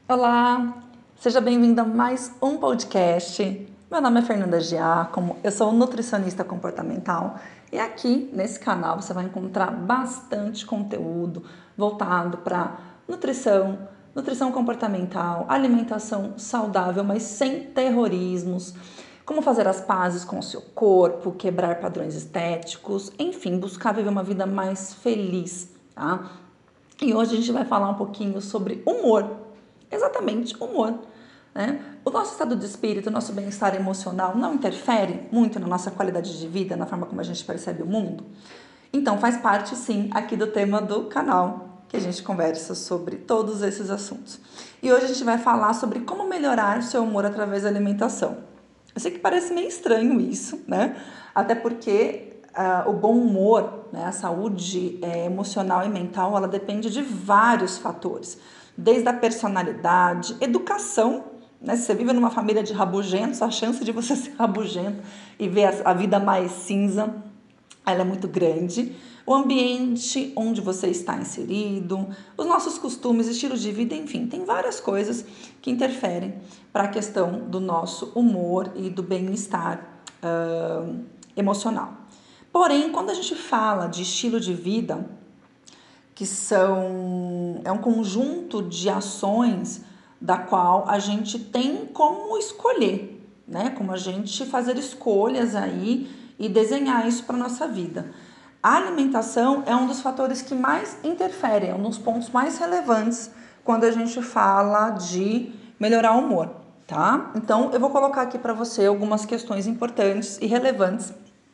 Olá, seja bem-vindo a mais um podcast. Meu nome é Fernanda Giacomo, eu sou nutricionista comportamental e aqui nesse canal você vai encontrar bastante conteúdo voltado para nutrição comportamental, alimentação saudável, mas sem terrorismos, como fazer as pazes com o seu corpo, quebrar padrões estéticos, enfim, buscar viver uma vida mais feliz, tá? E hoje a gente vai falar um pouquinho sobre humor. Exatamente, humor. Né? O nosso estado de espírito, o nosso bem-estar emocional não interfere muito na nossa qualidade de vida, na forma como a gente percebe o mundo? Então faz parte sim aqui do tema do canal, que a gente conversa sobre todos esses assuntos. E hoje a gente vai falar sobre como melhorar o seu humor através da alimentação. Eu sei que parece meio estranho isso, né? Até porque o bom humor, né, a saúde emocional e mental, ela depende de vários fatores. Desde a personalidade, educação, né? Se você vive numa família de rabugentos, a chance de você ser rabugento e ver a vida mais cinza, ela é muito grande. O ambiente onde você está inserido, os nossos costumes, estilos de vida, enfim, tem várias coisas que interferem para a questão do nosso humor e do bem-estar emocional. Porém, quando a gente fala de estilo de vida, que é um conjunto de ações da qual a gente tem como escolher, né? Como a gente fazer escolhas aí e desenhar isso para nossa vida. A alimentação é um dos fatores que mais interferem, é um dos pontos mais relevantes quando a gente fala de melhorar o humor, tá? Então, eu vou colocar aqui para você algumas questões importantes e relevantes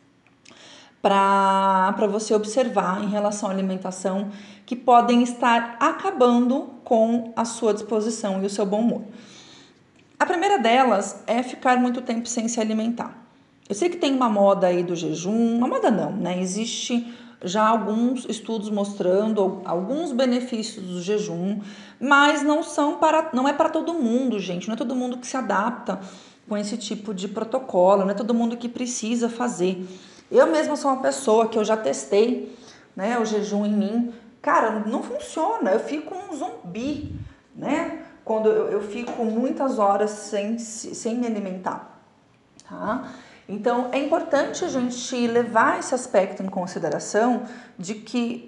para você observar em relação à alimentação que podem estar acabando com a sua disposição e o seu bom humor. A primeira delas é ficar muito tempo sem se alimentar. Eu sei que tem uma moda aí do jejum, uma moda não, né? Existe já alguns estudos mostrando alguns benefícios do jejum, mas não é para todo mundo, gente. Não é todo mundo que se adapta com esse tipo de protocolo, não é todo mundo que precisa fazer. Eu mesma sou uma pessoa que eu já testei, né, o jejum em mim. Cara, não funciona, eu fico um zumbi, né? Quando eu fico muitas horas sem me alimentar, tá? Então, é importante a gente levar esse aspecto em consideração de que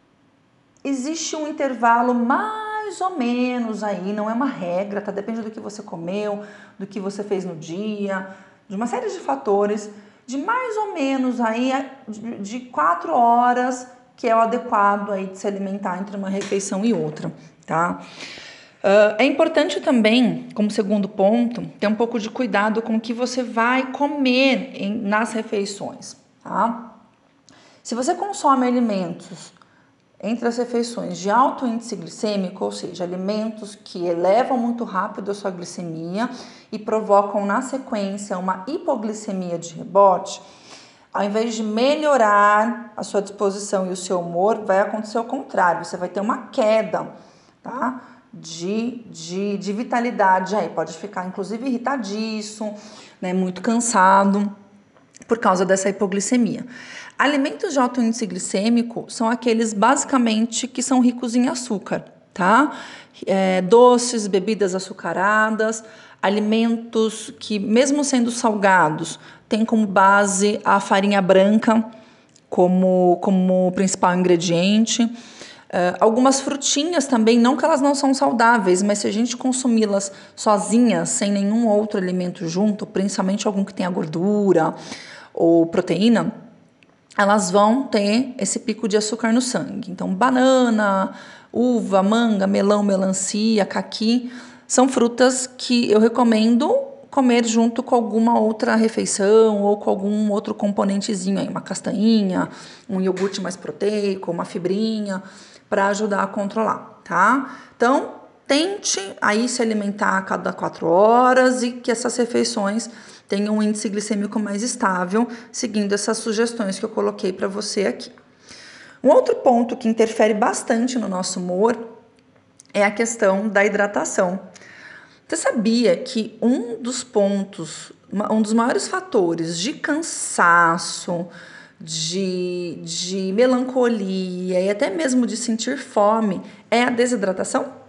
existe um intervalo mais ou menos aí, não é uma regra, tá? Depende do que você comeu, do que você fez no dia, de uma série de fatores, de mais ou menos aí de 4 horas, que é o adequado aí de se alimentar entre uma refeição e outra, tá? É importante também, como segundo ponto, ter um pouco de cuidado com o que você vai comer nas refeições, tá? Se você consome alimentos entre as refeições de alto índice glicêmico, ou seja, alimentos que elevam muito rápido a sua glicemia e provocam na sequência uma hipoglicemia de rebote, ao invés de melhorar a sua disposição e o seu humor, vai acontecer o contrário, você vai ter uma queda, tá? De vitalidade aí, pode ficar inclusive irritadiço, né, muito cansado por causa dessa hipoglicemia. Alimentos de alto índice glicêmico são aqueles basicamente que são ricos em açúcar, tá? Doces, bebidas açucaradas, alimentos que, mesmo sendo salgados, têm como base a farinha branca como principal ingrediente. Algumas frutinhas também, não que elas não são saudáveis, mas se a gente consumi-las sozinhas, sem nenhum outro alimento junto, principalmente algum que tenha gordura ou proteína, elas vão ter esse pico de açúcar no sangue. Então, banana, uva, manga, melão, melancia, caqui, são frutas que eu recomendo comer junto com alguma outra refeição ou com algum outro componentezinho aí, uma castanhinha, um iogurte mais proteico, uma fibrinha, para ajudar a controlar, tá? Então, tente aí se alimentar a cada 4 horas e que essas refeições tenham um índice glicêmico mais estável, seguindo essas sugestões que eu coloquei para você aqui. Um outro ponto que interfere bastante no nosso humor é a questão da hidratação. Você sabia que um dos maiores fatores de cansaço, de melancolia e até mesmo de sentir fome é a desidratação?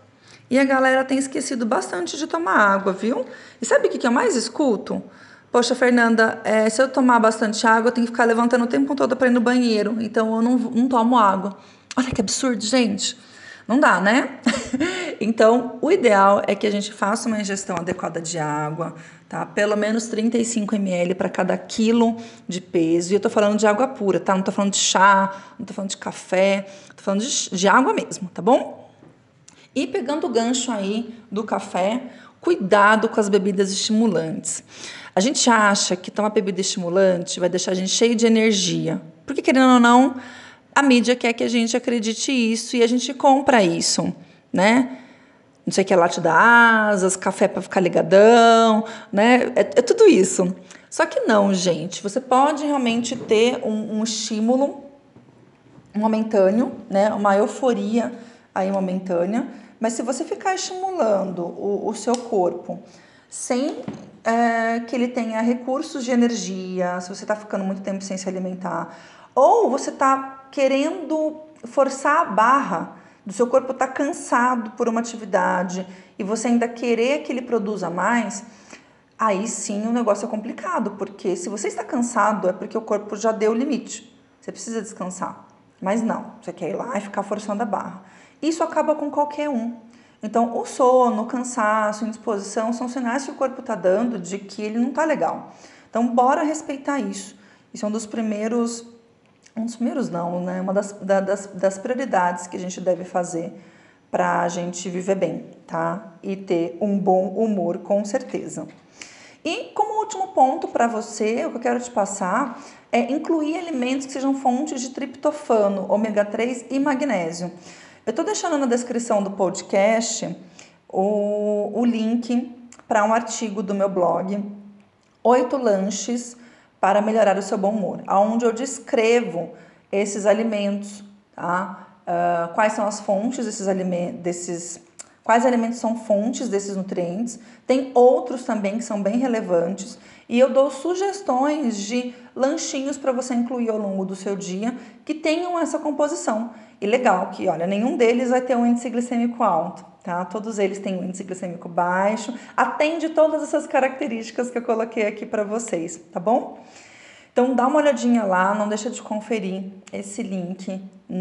E a galera tem esquecido bastante de tomar água, viu? E sabe o que eu mais escuto? Poxa, Fernanda, se eu tomar bastante água, eu tenho que ficar levantando o tempo todo para ir no banheiro. Então eu não tomo água. Olha que absurdo, gente. Não dá, né? Então, o ideal é que a gente faça uma ingestão adequada de água, tá? Pelo menos 35 ml para cada quilo de peso. E eu tô falando de água pura, tá? Não tô falando de chá, não tô falando de café, tô falando de água mesmo, tá bom? E pegando o gancho aí do café, cuidado com as bebidas estimulantes. A gente acha que tomar bebida estimulante vai deixar a gente cheio de energia. Porque, querendo ou não, a mídia quer que a gente acredite isso e a gente compra isso, né? Não sei o que é latte da asas, café para ficar ligadão, né? É tudo isso. Só que não, gente. Você pode realmente ter um estímulo momentâneo, né? Uma euforia aí momentânea. Mas se você ficar estimulando o seu corpo sem que ele tenha recursos de energia, se você está ficando muito tempo sem se alimentar, ou você está querendo forçar a barra do seu corpo, está cansado por uma atividade e você ainda querer que ele produza mais, aí sim o negócio é complicado, porque se você está cansado é porque o corpo já deu o limite, você precisa descansar. Mas não, você quer ir lá e ficar forçando a barra. Isso acaba com qualquer um. Então, o sono, o cansaço, a indisposição são sinais que o corpo está dando de que ele não está legal. Então, bora respeitar isso. Isso é um dos primeiros não, né? Uma das prioridades que a gente deve fazer para a gente viver bem, tá? E ter um bom humor, com certeza. E como último ponto para você, o que eu quero te passar é incluir alimentos que sejam fontes de triptofano, ômega 3 e magnésio. Eu estou deixando na descrição do podcast o link para um artigo do meu blog, 8 lanches para melhorar o seu bom humor, onde eu descrevo esses alimentos, tá? Quais são as fontes desses alimentos, quais alimentos são fontes desses nutrientes. Tem outros também que são bem relevantes e eu dou sugestões de lanchinhos para você incluir ao longo do seu dia que tenham essa composição. E legal que, olha, nenhum deles vai ter um índice glicêmico alto, tá? Todos eles têm um índice glicêmico baixo, atende todas essas características que eu coloquei aqui para vocês, tá bom? Então dá uma olhadinha lá, não deixa de conferir esse link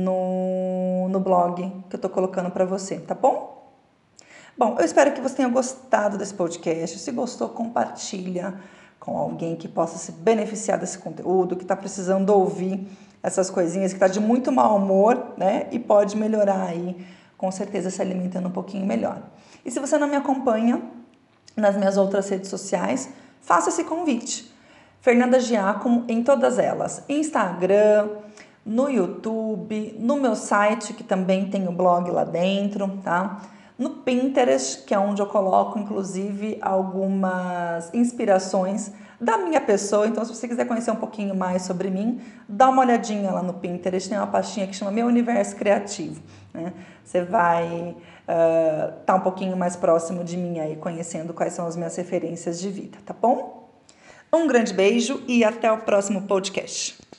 no blog que eu tô colocando para você, tá bom? Bom, eu espero que você tenha gostado desse podcast. Se gostou, compartilha com alguém que possa se beneficiar desse conteúdo, que está precisando ouvir essas coisinhas, que está de muito mau humor, né? E pode melhorar aí, com certeza, se alimentando um pouquinho melhor. E se você não me acompanha nas minhas outras redes sociais, faça esse convite. Fernanda Giacomo em todas elas. Instagram, no YouTube, no meu site, que também tem o blog lá dentro, tá? No Pinterest, que é onde eu coloco, inclusive, algumas inspirações da minha pessoa. Então, se você quiser conhecer um pouquinho mais sobre mim, dá uma olhadinha lá no Pinterest. Tem uma pastinha que chama Meu Universo Criativo, né? Você vai tá um pouquinho mais próximo de mim aí, conhecendo quais são as minhas referências de vida, tá bom? Um grande beijo e até o próximo podcast.